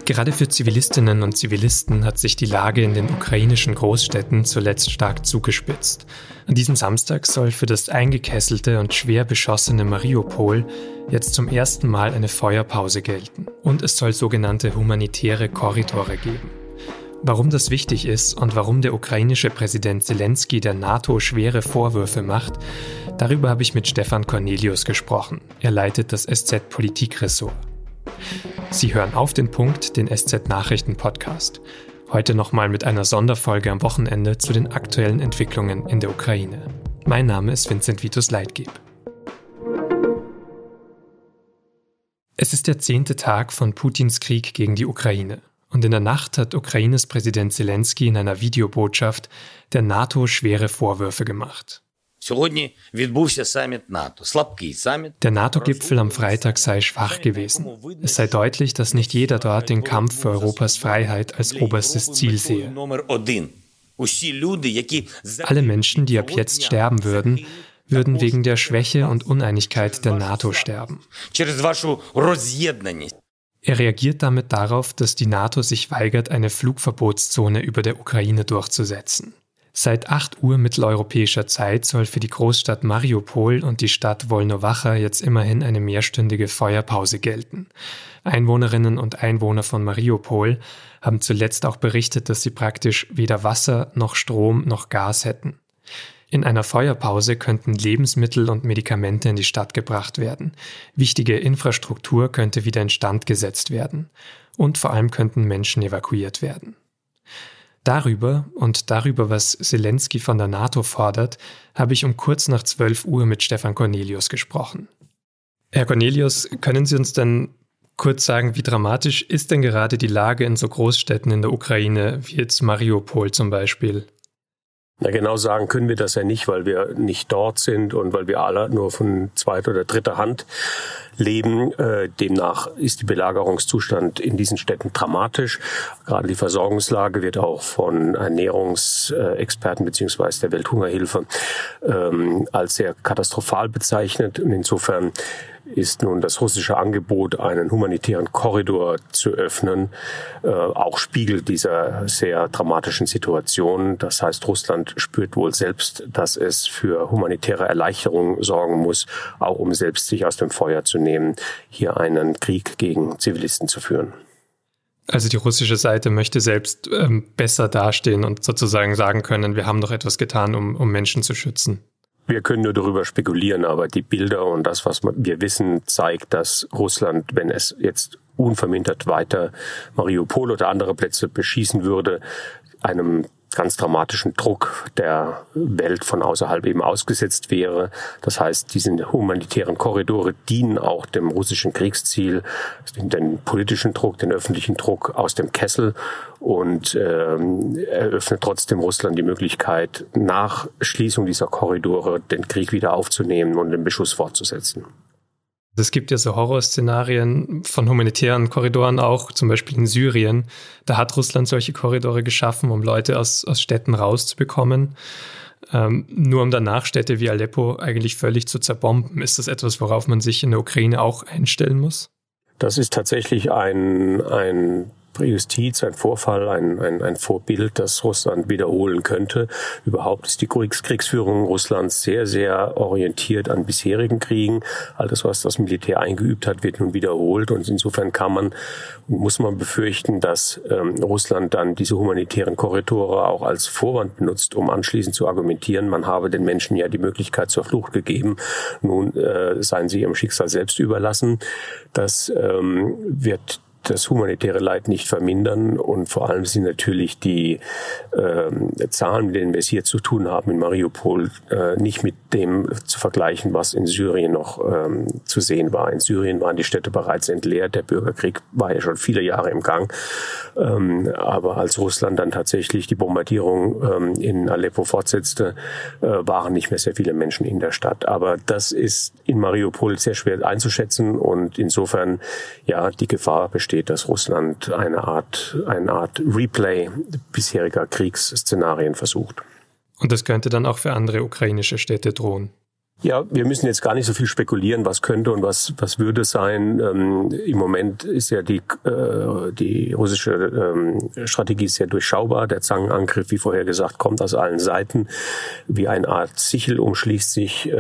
Gerade für Zivilistinnen und Zivilisten hat sich die Lage in den ukrainischen Großstädten zuletzt stark zugespitzt. An diesem Samstag soll für das eingekesselte und schwer beschossene Mariupol jetzt zum ersten Mal eine Feuerpause gelten. Und es soll sogenannte humanitäre Korridore geben. Warum das wichtig ist und warum der ukrainische Präsident Selenskyj der NATO schwere Vorwürfe macht, darüber habe ich mit Stefan Cornelius gesprochen. Er leitet das SZ-Politikressort. Sie hören auf den Punkt, den SZ-Nachrichten-Podcast. Heute nochmal mit einer Sonderfolge am Wochenende zu den aktuellen Entwicklungen in der Ukraine. Mein Name ist Vincent Vitus Leitgeb. Es ist der 10. Tag von Putins Krieg gegen die Ukraine. Und in der Nacht hat Ukraines Präsident Selenskyj in einer Videobotschaft der NATO schwere Vorwürfe gemacht. Der NATO-Gipfel am Freitag sei schwach gewesen. Es sei deutlich, dass nicht jeder dort den Kampf für Europas Freiheit als oberstes Ziel sehe. Alle Menschen, die ab jetzt sterben würden wegen der Schwäche und Uneinigkeit der NATO sterben. Er reagiert damit darauf, dass die NATO sich weigert, eine Flugverbotszone über der Ukraine durchzusetzen. Seit 8 Uhr mitteleuropäischer Zeit soll für die Großstadt Mariupol und die Stadt Wolnowacha jetzt immerhin eine mehrstündige Feuerpause gelten. Einwohnerinnen und Einwohner von Mariupol haben zuletzt auch berichtet, dass sie praktisch weder Wasser noch Strom noch Gas hätten. In einer Feuerpause könnten Lebensmittel und Medikamente in die Stadt gebracht werden. Wichtige Infrastruktur könnte wieder instand gesetzt werden. Und vor allem könnten Menschen evakuiert werden. Darüber, was Selenskyj von der NATO fordert, habe ich um kurz nach 12 Uhr mit Stefan Cornelius gesprochen. Herr Cornelius, können Sie uns denn kurz sagen, wie dramatisch ist denn gerade die Lage in so Großstädten in der Ukraine, wie jetzt Mariupol zum Beispiel? Na, genau sagen können wir das ja nicht, weil wir nicht dort sind und weil wir alle nur von zweiter oder dritter Hand leben. Demnach ist der Belagerungszustand in diesen Städten dramatisch. Gerade die Versorgungslage wird auch von Ernährungsexperten bzw. der Welthungerhilfe als sehr katastrophal bezeichnet. Und insofern ist nun das russische Angebot, einen humanitären Korridor zu öffnen, auch Spiegel dieser sehr dramatischen Situation. Das heißt, Russland spürt wohl selbst, dass es für humanitäre Erleichterung sorgen muss, auch um selbst sich aus dem Feuer zu nehmen, hier einen Krieg gegen Zivilisten zu führen. Also die russische Seite möchte selbst besser dastehen und sozusagen sagen können, wir haben doch etwas getan, um Menschen zu schützen. Wir können nur darüber spekulieren, aber die Bilder und das, was wir wissen, zeigt, dass Russland, wenn es jetzt unvermindert weiter Mariupol oder andere Plätze beschießen würde, einem ganz dramatischen Druck der Welt von außerhalb eben ausgesetzt wäre. Das heißt, diese humanitären Korridore dienen auch dem russischen Kriegsziel, den politischen Druck, den öffentlichen Druck aus dem Kessel und eröffnet trotzdem Russland die Möglichkeit, nach Schließung dieser Korridore den Krieg wieder aufzunehmen und den Beschuss fortzusetzen. Es gibt ja so Horrorszenarien von humanitären Korridoren auch, zum Beispiel in Syrien. Da hat Russland solche Korridore geschaffen, um Leute aus Städten rauszubekommen. Nur um danach Städte wie Aleppo eigentlich völlig zu zerbomben. Ist das etwas, worauf man sich in der Ukraine auch einstellen muss? Das ist tatsächlich ein Präjustiz, ein Vorfall, ein Vorbild, das Russland wiederholen könnte. Überhaupt ist die Kriegsführung Russlands sehr, sehr orientiert an bisherigen Kriegen. All das, was das Militär eingeübt hat, wird nun wiederholt. Und insofern muss man befürchten, dass Russland dann diese humanitären Korridore auch als Vorwand benutzt, um anschließend zu argumentieren, man habe den Menschen ja die Möglichkeit zur Flucht gegeben. Nun seien sie ihrem Schicksal selbst überlassen. Das wird das humanitäre Leid nicht vermindern und vor allem sind natürlich die Zahlen, mit denen wir es hier zu tun haben in Mariupol, nicht mit dem zu vergleichen, was in Syrien noch zu sehen war. In Syrien waren die Städte bereits entleert, der Bürgerkrieg war ja schon viele Jahre im Gang, aber als Russland dann tatsächlich die Bombardierung in Aleppo fortsetzte, waren nicht mehr sehr viele Menschen in der Stadt. Aber das ist in Mariupol sehr schwer einzuschätzen und insofern, ja, die Gefahr besteht, dass Russland eine Art Replay bisheriger Kriegsszenarien versucht. Und das könnte dann auch für andere ukrainische Städte drohen? Ja, wir müssen jetzt gar nicht so viel spekulieren, was könnte und was würde sein. Im Moment ist ja die russische Strategie sehr durchschaubar. Der Zangenangriff, wie vorher gesagt, kommt aus allen Seiten. Wie eine Art Sichel umschließt sich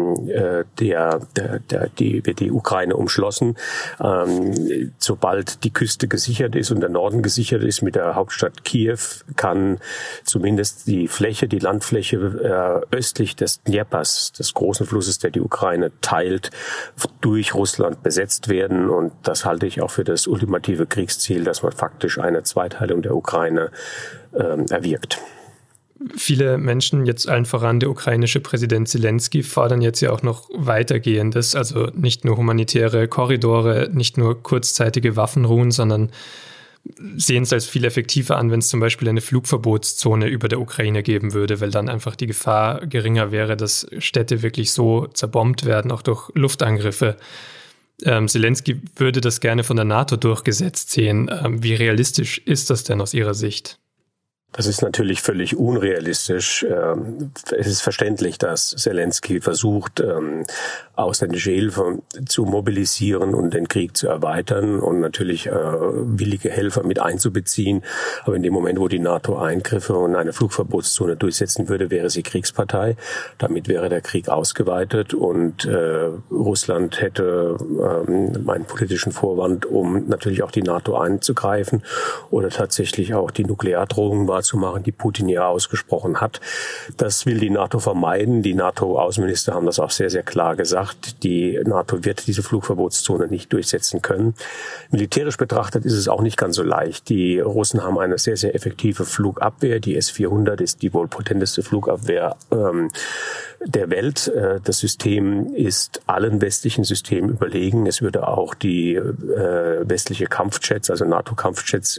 die Ukraine umschlossen. Sobald die Küste gesichert ist und der Norden gesichert ist mit der Hauptstadt Kiew, kann zumindest die Landfläche östlich des Dnjeprs, des großen Flusses, der die Ukraine teilt, durch Russland besetzt werden. Und das halte ich auch für das ultimative Kriegsziel, dass man faktisch eine Zweiteilung der Ukraine erwirkt. Viele Menschen, jetzt allen voran der ukrainische Präsident Zelensky, fordern jetzt ja auch noch Weitergehendes, also nicht nur humanitäre Korridore, nicht nur kurzzeitige Waffenruhen, sondern sehen es als viel effektiver an, wenn es zum Beispiel eine Flugverbotszone über der Ukraine geben würde, weil dann einfach die Gefahr geringer wäre, dass Städte wirklich so zerbombt werden, auch durch Luftangriffe. Zelensky würde das gerne von der NATO durchgesetzt sehen. Wie realistisch ist das denn aus Ihrer Sicht? Das ist natürlich völlig unrealistisch. Es ist verständlich, dass Zelensky versucht, ausländische Hilfe zu mobilisieren und den Krieg zu erweitern und natürlich willige Helfer mit einzubeziehen. Aber in dem Moment, wo die NATO Eingriffe und eine Flugverbotszone durchsetzen würde, wäre sie Kriegspartei. Damit wäre der Krieg ausgeweitet und Russland hätte einen politischen Vorwand, um natürlich auch die NATO einzugreifen oder tatsächlich auch die Nukleardrohung wahrzumachen, die Putin ja ausgesprochen hat. Das will die NATO vermeiden. Die NATO-Außenminister haben das auch sehr, sehr klar gesagt. Die NATO wird diese Flugverbotszone nicht durchsetzen können. Militärisch betrachtet ist es auch nicht ganz so leicht. Die Russen haben eine sehr, sehr effektive Flugabwehr. Die S-400 ist die wohl potenteste Flugabwehr der Welt. Das System ist allen westlichen Systemen überlegen. Es würde auch die westliche Kampfjets, also NATO-Kampfjets,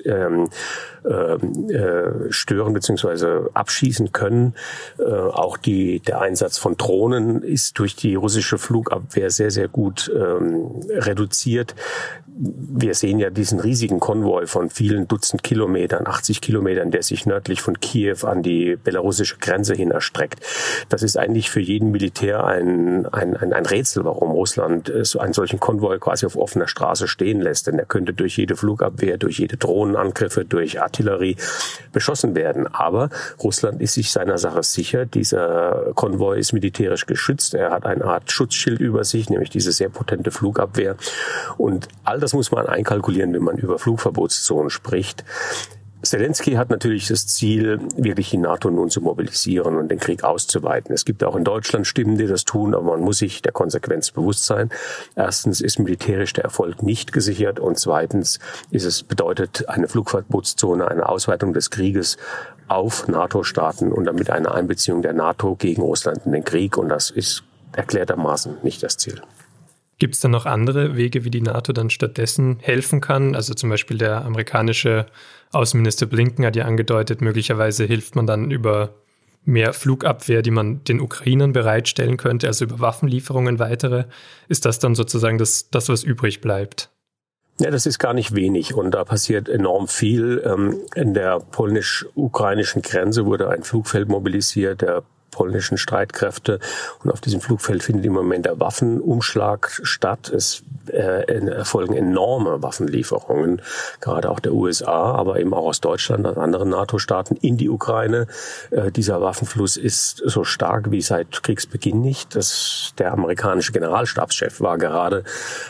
stören bzw. abschießen können. Auch der Einsatz von Drohnen ist durch die russische Flugabwehr sehr, sehr gut reduziert. Wir sehen ja diesen riesigen Konvoi von vielen Dutzend Kilometern, 80 Kilometern, der sich nördlich von Kiew an die belarussische Grenze hin erstreckt. Das ist eigentlich für jeden Militär ein Rätsel, warum Russland so einen solchen Konvoi quasi auf offener Straße stehen lässt. Denn er könnte durch jede Flugabwehr, durch jede Drohnenangriffe, durch Artillerie beschossen werden. Aber Russland ist sich seiner Sache sicher. Dieser Konvoi ist militärisch geschützt. Er hat eine Art Schutzschild über sich, nämlich diese sehr potente Flugabwehr. Und all das muss man einkalkulieren, wenn man über Flugverbotszonen spricht. Zelensky hat natürlich das Ziel, wirklich die NATO nun zu mobilisieren und den Krieg auszuweiten. Es gibt auch in Deutschland Stimmen, die das tun, aber man muss sich der Konsequenz bewusst sein. Erstens ist militärisch der Erfolg nicht gesichert und zweitens bedeutet eine Flugverbotszone eine Ausweitung des Krieges auf NATO-Staaten und damit eine Einbeziehung der NATO gegen Russland in den Krieg, und das ist erklärtermaßen nicht das Ziel. Gibt es dann noch andere Wege, wie die NATO dann stattdessen helfen kann? Also zum Beispiel der amerikanische Außenminister Blinken hat ja angedeutet, möglicherweise hilft man dann über mehr Flugabwehr, die man den Ukrainern bereitstellen könnte, also über Waffenlieferungen weitere. Ist das dann sozusagen das was übrig bleibt? Ja, das ist gar nicht wenig und da passiert enorm viel. In der polnisch-ukrainischen Grenze wurde ein Flugfeld mobilisiert, der polnischen Streitkräfte, und auf diesem Flugfeld findet im Moment der Waffenumschlag statt. Es erfolgen enorme Waffenlieferungen, gerade auch der USA, aber eben auch aus Deutschland und anderen NATO-Staaten in die Ukraine. Dieser Waffenfluss ist so stark wie seit Kriegsbeginn nicht. Der amerikanische Generalstabschef war gerade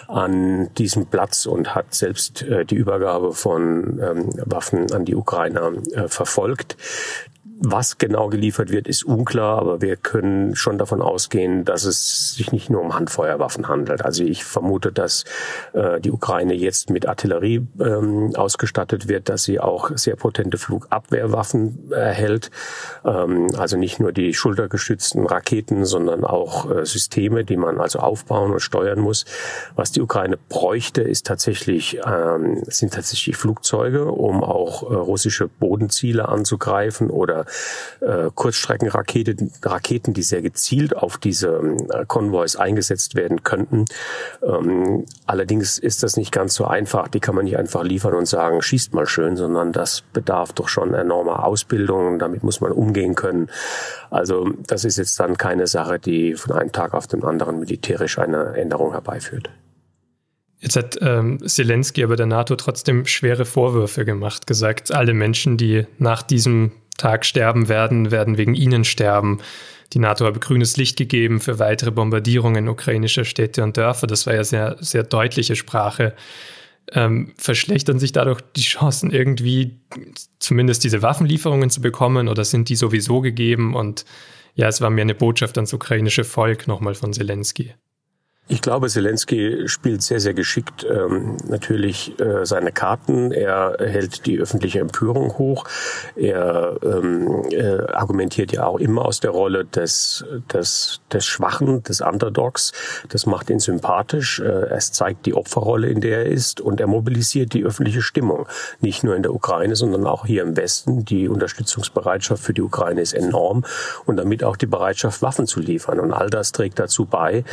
an diesem Platz und hat selbst die Übergabe von Waffen an die Ukrainer verfolgt. Was genau geliefert wird, ist unklar, aber wir können schon davon ausgehen, dass es sich nicht nur um Handfeuerwaffen handelt. Also ich vermute, dass die Ukraine jetzt mit Artillerie ausgestattet wird, dass sie auch sehr potente Flugabwehrwaffen erhält. Also nicht nur die schultergestützten Raketen, sondern auch Systeme, die man also aufbauen und steuern muss. Was die Ukraine bräuchte, sind tatsächlich Flugzeuge, um auch russische Bodenziele anzugreifen oder Kurzstreckenraketen, die sehr gezielt auf diese Konvois eingesetzt werden könnten. Allerdings ist das nicht ganz so einfach. Die kann man nicht einfach liefern und sagen, schießt mal schön, sondern das bedarf doch schon enormer Ausbildung. Damit muss man umgehen können. Also das ist jetzt dann keine Sache, die von einem Tag auf den anderen militärisch eine Änderung herbeiführt. Jetzt hat Zelensky aber der NATO trotzdem schwere Vorwürfe gemacht, gesagt, alle Menschen, die nach diesem Tag sterben werden, werden wegen ihnen sterben. Die NATO habe grünes Licht gegeben für weitere Bombardierungen ukrainischer Städte und Dörfer. Das war ja sehr, sehr deutliche Sprache. Verschlechtern sich dadurch die Chancen irgendwie, zumindest diese Waffenlieferungen zu bekommen, oder sind die sowieso gegeben? Und ja, es war mehr eine Botschaft ans ukrainische Volk nochmal von Zelensky. Ich glaube, Zelensky spielt sehr, sehr geschickt natürlich seine Karten. Er hält die öffentliche Empörung hoch. Er argumentiert ja auch immer aus der Rolle des Schwachen, des Underdogs. Das macht ihn sympathisch. Es zeigt die Opferrolle, in der er ist, und er mobilisiert die öffentliche Stimmung. Nicht nur in der Ukraine, sondern auch hier im Westen. Die Unterstützungsbereitschaft für die Ukraine ist enorm und damit auch die Bereitschaft, Waffen zu liefern. Und all das trägt dazu bei,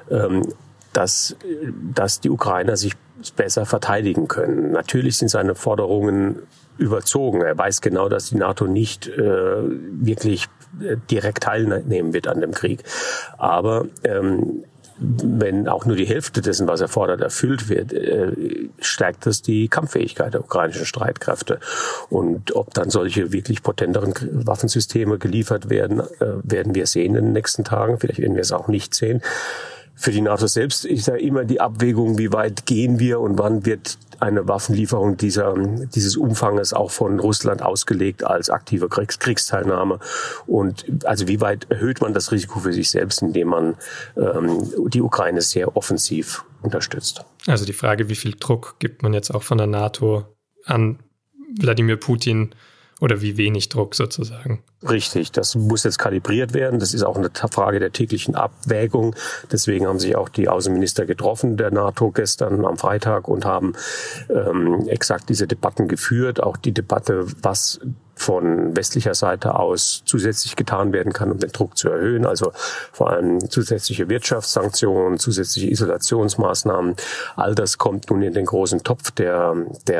dass die Ukrainer sich besser verteidigen können. Natürlich sind seine Forderungen überzogen. Er weiß genau, dass die NATO nicht wirklich direkt teilnehmen wird an dem Krieg. Aber wenn auch nur die Hälfte dessen, was er fordert, erfüllt wird, stärkt das die Kampffähigkeit der ukrainischen Streitkräfte. Und ob dann solche wirklich potenteren Waffensysteme geliefert werden, werden wir sehen in den nächsten Tagen. Vielleicht werden wir es auch nicht sehen. Für die NATO selbst ist ja immer die Abwägung, wie weit gehen wir und wann wird eine Waffenlieferung dieses Umfanges auch von Russland ausgelegt als aktive Kriegsteilnahme. Und also wie weit erhöht man das Risiko für sich selbst, indem man die Ukraine sehr offensiv unterstützt. Also die Frage, wie viel Druck gibt man jetzt auch von der NATO an Wladimir Putin, oder wie wenig Druck sozusagen? Richtig, das muss jetzt kalibriert werden. Das ist auch eine Frage der täglichen Abwägung. Deswegen haben sich auch die Außenminister getroffen der NATO gestern am Freitag und haben exakt diese Debatten geführt. Auch die Debatte, was von westlicher Seite aus zusätzlich getan werden kann, um den Druck zu erhöhen. Also vor allem zusätzliche Wirtschaftssanktionen, zusätzliche Isolationsmaßnahmen. All das kommt nun in den großen Topf der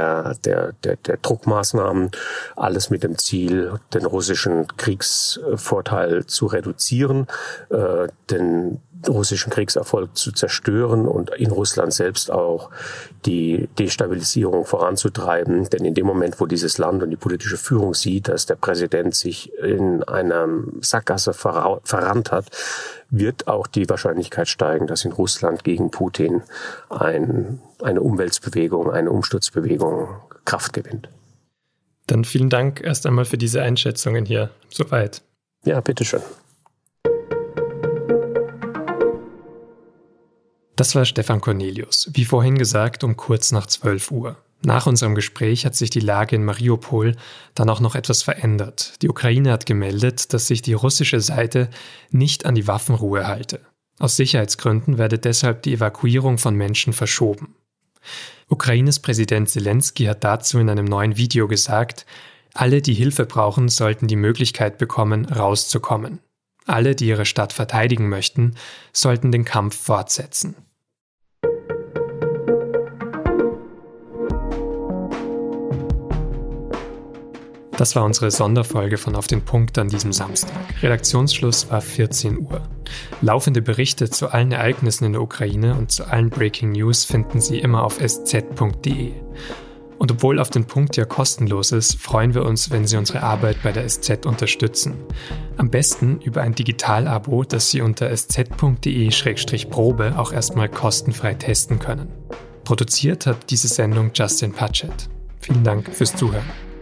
Druckmaßnahmen. Alles mit dem Ziel, den russischen Kriegsvorteil zu reduzieren, den russischen Kriegserfolg zu zerstören und in Russland selbst auch die Destabilisierung voranzutreiben. Denn in dem Moment, wo dieses Land und die politische Führung sieht, dass der Präsident sich in einer Sackgasse verrannt hat, wird auch die Wahrscheinlichkeit steigen, dass in Russland gegen Putin eine Umwälzbewegung, eine Umsturzbewegung Kraft gewinnt. Dann vielen Dank erst einmal für diese Einschätzungen hier. Soweit. Ja, bitteschön. Das war Stefan Cornelius, wie vorhin gesagt, um kurz nach 12 Uhr. Nach unserem Gespräch hat sich die Lage in Mariupol dann auch noch etwas verändert. Die Ukraine hat gemeldet, dass sich die russische Seite nicht an die Waffenruhe halte. Aus Sicherheitsgründen werde deshalb die Evakuierung von Menschen verschoben. Ukraines Präsident Zelensky hat dazu in einem neuen Video gesagt, alle, die Hilfe brauchen, sollten die Möglichkeit bekommen, rauszukommen. Alle, die ihre Stadt verteidigen möchten, sollten den Kampf fortsetzen. Das war unsere Sonderfolge von Auf den Punkt an diesem Samstag. Redaktionsschluss war 14 Uhr. Laufende Berichte zu allen Ereignissen in der Ukraine und zu allen Breaking News finden Sie immer auf sz.de. Und obwohl Auf den Punkt ja kostenlos ist, freuen wir uns, wenn Sie unsere Arbeit bei der SZ unterstützen. Am besten über ein Digital-Abo, das Sie unter sz.de/probe auch erstmal kostenfrei testen können. Produziert hat diese Sendung Justin Patchett. Vielen Dank fürs Zuhören.